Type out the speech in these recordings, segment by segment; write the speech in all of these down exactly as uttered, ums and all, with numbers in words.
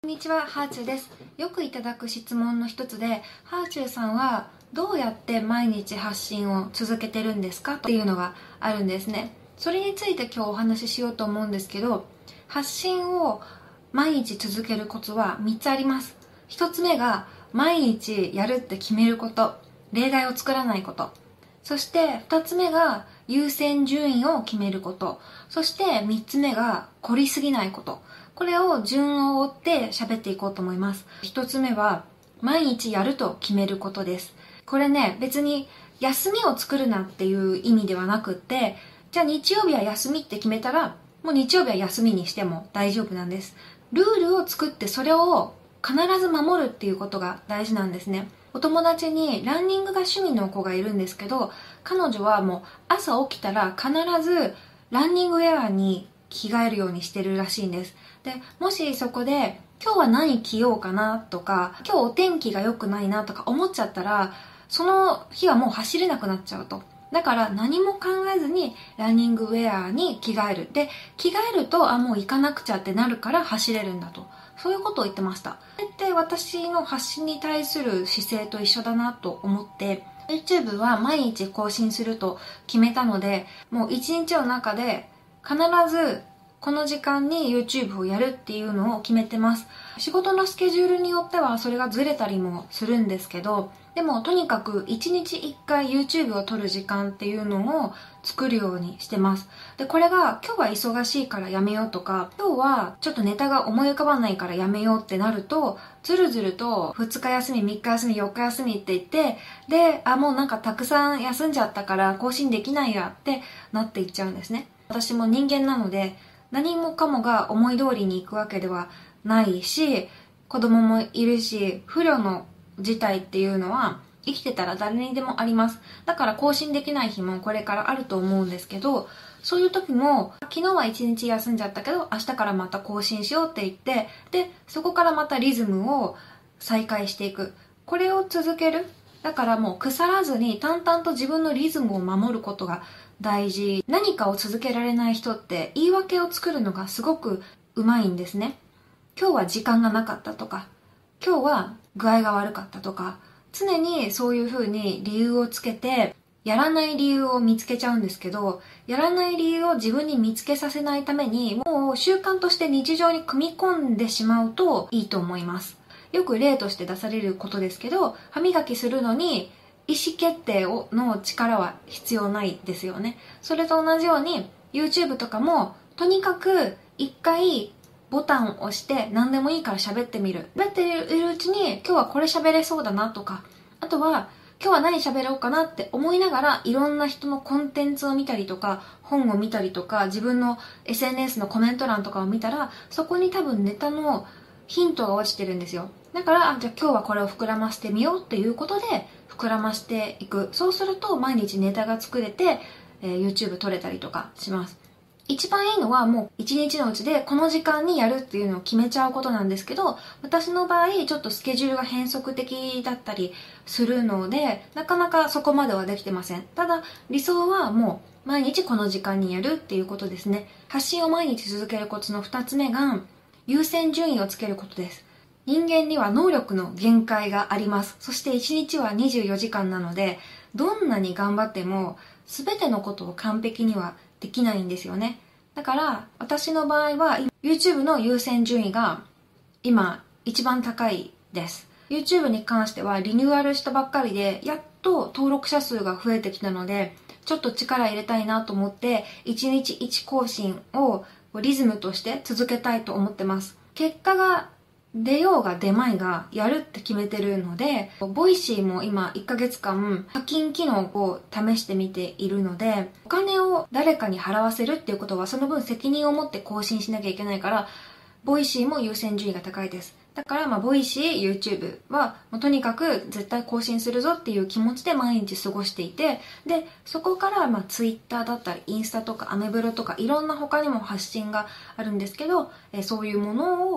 こんにちは、ハーチューです。よくいただく質問の一つで、ハーチューさんはどうやって毎日発信を続けてるんですかっていうのがあるんですね。それについて今日お話ししようと思うんですけど、発信を毎日続けるコツはみっつあります。ひとつめが毎日やるって決めること、例題を作らないこと。そしてふたつめが優先順位を決めること。そしてみっつめが凝りすぎないこと。これを順を追って喋っていこうと思います。ひとつめは毎日やると決めることです。これね、別に休みを作るなっていう意味ではなくって、じゃあ日曜日は休みって決めたら、もう日曜日は休みにしても大丈夫なんです。ルールを作ってそれを必ず守るっていうことが大事なんですね。お友達にランニングが趣味の子がいるんですけど、彼女はもう朝起きたら必ずランニングウェアに着替えるようにしてるらしいんです。で、もしそこで今日は何着ようかなとか、今日お天気が良くないなとか思っちゃったら、その日はもう走れなくなっちゃうと。だから何も考えずにランニングウェアに着替える。で、着替えると、あ、もう行かなくちゃってなるから走れるんだと。そういうことを言ってました。それって私の発信に対する姿勢と一緒だなと思って、YouTube は毎日更新すると決めたので、もう一日の中で必ずこの時間に YouTube をやるっていうのを決めてます。仕事のスケジュールによってはそれがずれたりもするんですけど、でもとにかくいちにちいっかい YouTube を撮る時間っていうのを作るようにしてます。で、これが今日は忙しいからやめようとか、今日はちょっとネタが思い浮かばないからやめようってなると、ずるずるとふつか休み、みっか休み、よっか休みって言って、で、あ、もうなんかたくさん休んじゃったから更新できないやってなっていっちゃうんですね。私も人間なので、何もかもが思い通りにいくわけではないし、子供もいるし、不慮の事態っていうのは生きてたら誰にでもあります。だから更新できない日もこれからあると思うんですけど、そういう時も昨日は一日休んじゃったけど明日からまた更新しようって言って、でそこからまたリズムを再開していく。これを続ける。だからもう腐らずに淡々と自分のリズムを守ることが大事。何かを続けられない人って言い訳を作るのがすごくうまいんですね。今日は時間がなかったとか、今日は具合が悪かったとか、常にそういう風に理由をつけて、やらない理由を見つけちゃうんですけど、やらない理由を自分に見つけさせないために、もう習慣として日常に組み込んでしまうといいと思います。よく例として出されることですけど、歯磨きするのに意思決定をの力は必要ないですよね。それと同じように YouTube とかもとにかく一回ボタンを押して何でもいいから喋ってみる。喋っているうちに今日はこれ喋れそうだなとか、あとは今日は何喋ろうかなって思いながらいろんな人のコンテンツを見たりとか本を見たりとか自分の エスエヌエス のコメント欄とかを見たらそこに多分ネタのヒントが落ちてるんですよ。だから、じゃあ今日はこれを膨らませてみようっていうことで膨らましていく。そうすると毎日ネタが作れて、えー、YouTube 撮れたりとかします。一番いいのはもう一日のうちでこの時間にやるっていうのを決めちゃうことなんですけど、私の場合ちょっとスケジュールが変則的だったりするので、なかなかそこまではできてません。ただ理想はもう毎日この時間にやるっていうことですね。発信を毎日続けるコツの二つ目が優先順位をつけることです。人間には能力の限界があります。そしていちにちはにじゅうよじかんなので、どんなに頑張っても全てのことを完璧にはできないんですよね。だから私の場合は YouTube の優先順位が今一番高いです。YouTube に関してはリニューアルしたばっかりでやっと登録者数が増えてきたので、ちょっと力入れたいなと思っていちにちいち更新をリズムとして続けたいと思ってます。結果が出ようが出まいがやるって決めてるので、ボイシーも今いっかげつかん課金機能を試してみているので、お金を誰かに払わせるっていうことはその分責任を持って更新しなきゃいけないから、ボイシーも優先順位が高いです。だからまあボイシー、YouTube はもうとにかく絶対更新するぞっていう気持ちで毎日過ごしていて、でそこからまあ Twitter だったりインスタとかアメブロとかいろんな他にも発信があるんですけど、えそういうものを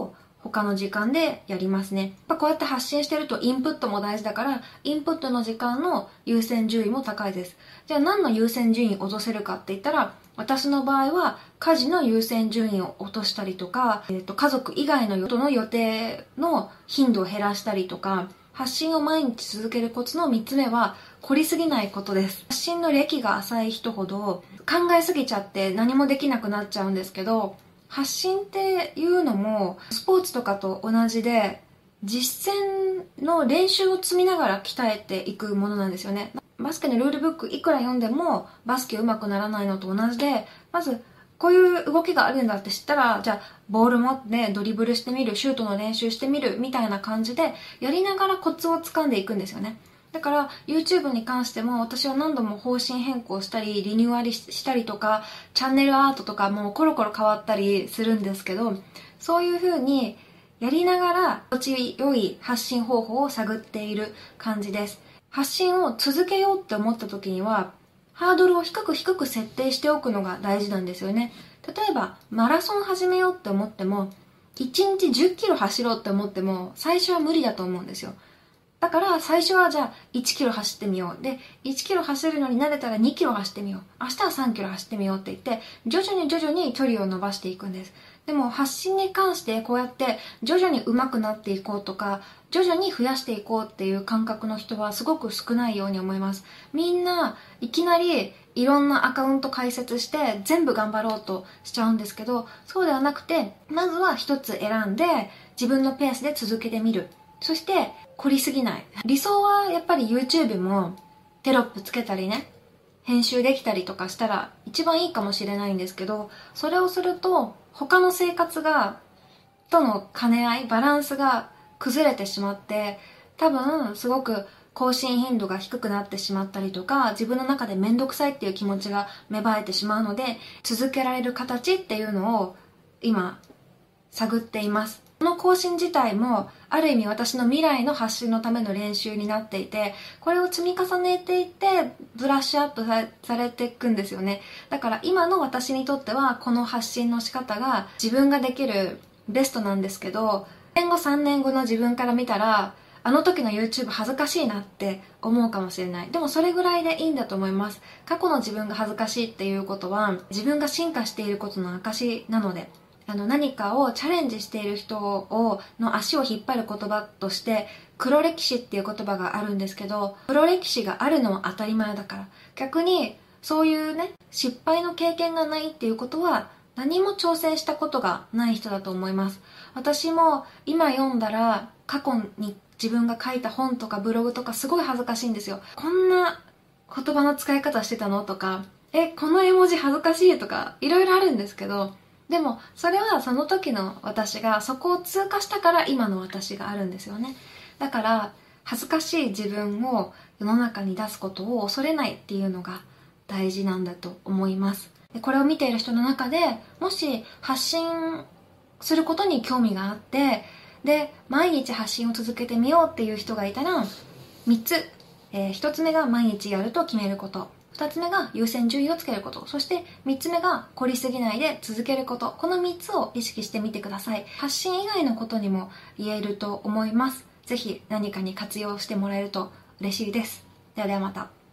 他の時間でやりますね。やっぱこうやって発信してるとインプットも大事だから、インプットの時間の優先順位も高いです。じゃあ何の優先順位を落とせるかって言ったら、私の場合は家事の優先順位を落としたりとか、えーと、家族以外の人の予定の頻度を減らしたりとか、発信を毎日続けるコツのみっつめは凝りすぎないことです。発信の歴が浅い人ほど考えすぎちゃって何もできなくなっちゃうんですけど、発信っていうのもスポーツとかと同じで、実践の練習を積みながら鍛えていくものなんですよね。バスケのルールブックいくら読んでもバスケ上手くならないのと同じで、まずこういう動きがあるんだって知ったら、じゃあボール持ってドリブルしてみる、シュートの練習してみるみたいな感じでやりながらコツをつかんでいくんですよね。だから YouTube に関しても私は何度も方針変更したりリニューアルしたりとか、チャンネルアートとかもコロコロ変わったりするんですけど、そういう風にやりながら心地よい発信方法を探っている感じです。発信を続けようって思った時にはハードルを低く低く設定しておくのが大事なんですよね。例えばマラソン始めようって思ってもいちにちじゅっキロ走ろうって思っても最初は無理だと思うんですよ。だから最初はじゃあいちキロ走ってみよう。で、いちキロ走るのに慣れたらにキロ走ってみよう。明日はさんキロ走ってみようって言って、徐々に徐々に距離を伸ばしていくんです。でも発信に関してこうやって徐々に上手くなっていこうとか、徐々に増やしていこうっていう感覚の人はすごく少ないように思います。みんないきなりいろんなアカウント開設して全部頑張ろうとしちゃうんですけど、そうではなくて、まずは一つ選んで自分のペースで続けてみる。そして凝りすぎない。理想はやっぱり YouTube もテロップつけたりね、編集できたりとかしたら一番いいかもしれないんですけど、それをすると他の生活がとの兼ね合い、バランスが崩れてしまって、多分すごく更新頻度が低くなってしまったりとか、自分の中でめんどくさいっていう気持ちが芽生えてしまうので、続けられる形っていうのを今探っています。この更新自体もある意味私の未来の発信のための練習になっていて、これを積み重ねていってブラッシュアップさされていくんですよね。だから今の私にとってはこの発信の仕方が自分ができるベストなんですけど、にねんごさんねんごの自分から見たらあの時の YouTube 恥ずかしいなって思うかもしれない。でもそれぐらいでいいんだと思います。過去の自分が恥ずかしいっていうことは自分が進化していることの証なので、あの何かをチャレンジしている人をの足を引っ張る言葉として黒歴史っていう言葉があるんですけど、黒歴史があるのは当たり前だから、逆にそういうね失敗の経験がないっていうことは何も挑戦したことがない人だと思います。私も今読んだら過去に自分が書いた本とかブログとかすごい恥ずかしいんですよ。こんな言葉の使い方してたのとか、えこの絵文字恥ずかしいとかいろいろあるんですけど、でもそれはその時の私がそこを通過したから今の私があるんですよね。だから恥ずかしい自分を世の中に出すことを恐れないっていうのが大事なんだと思います。でこれを見ている人の中でもし発信することに興味があって、で毎日発信を続けてみようっていう人がいたらみっつ、えー、ひとつめが毎日やると決めること、ふたつめが優先順位をつけること、そしてみっつめが凝りすぎないで続けること、このみっつを意識してみてください。発信以外のことにも言えると思います。ぜひ何かに活用してもらえると嬉しいです。ではではまた。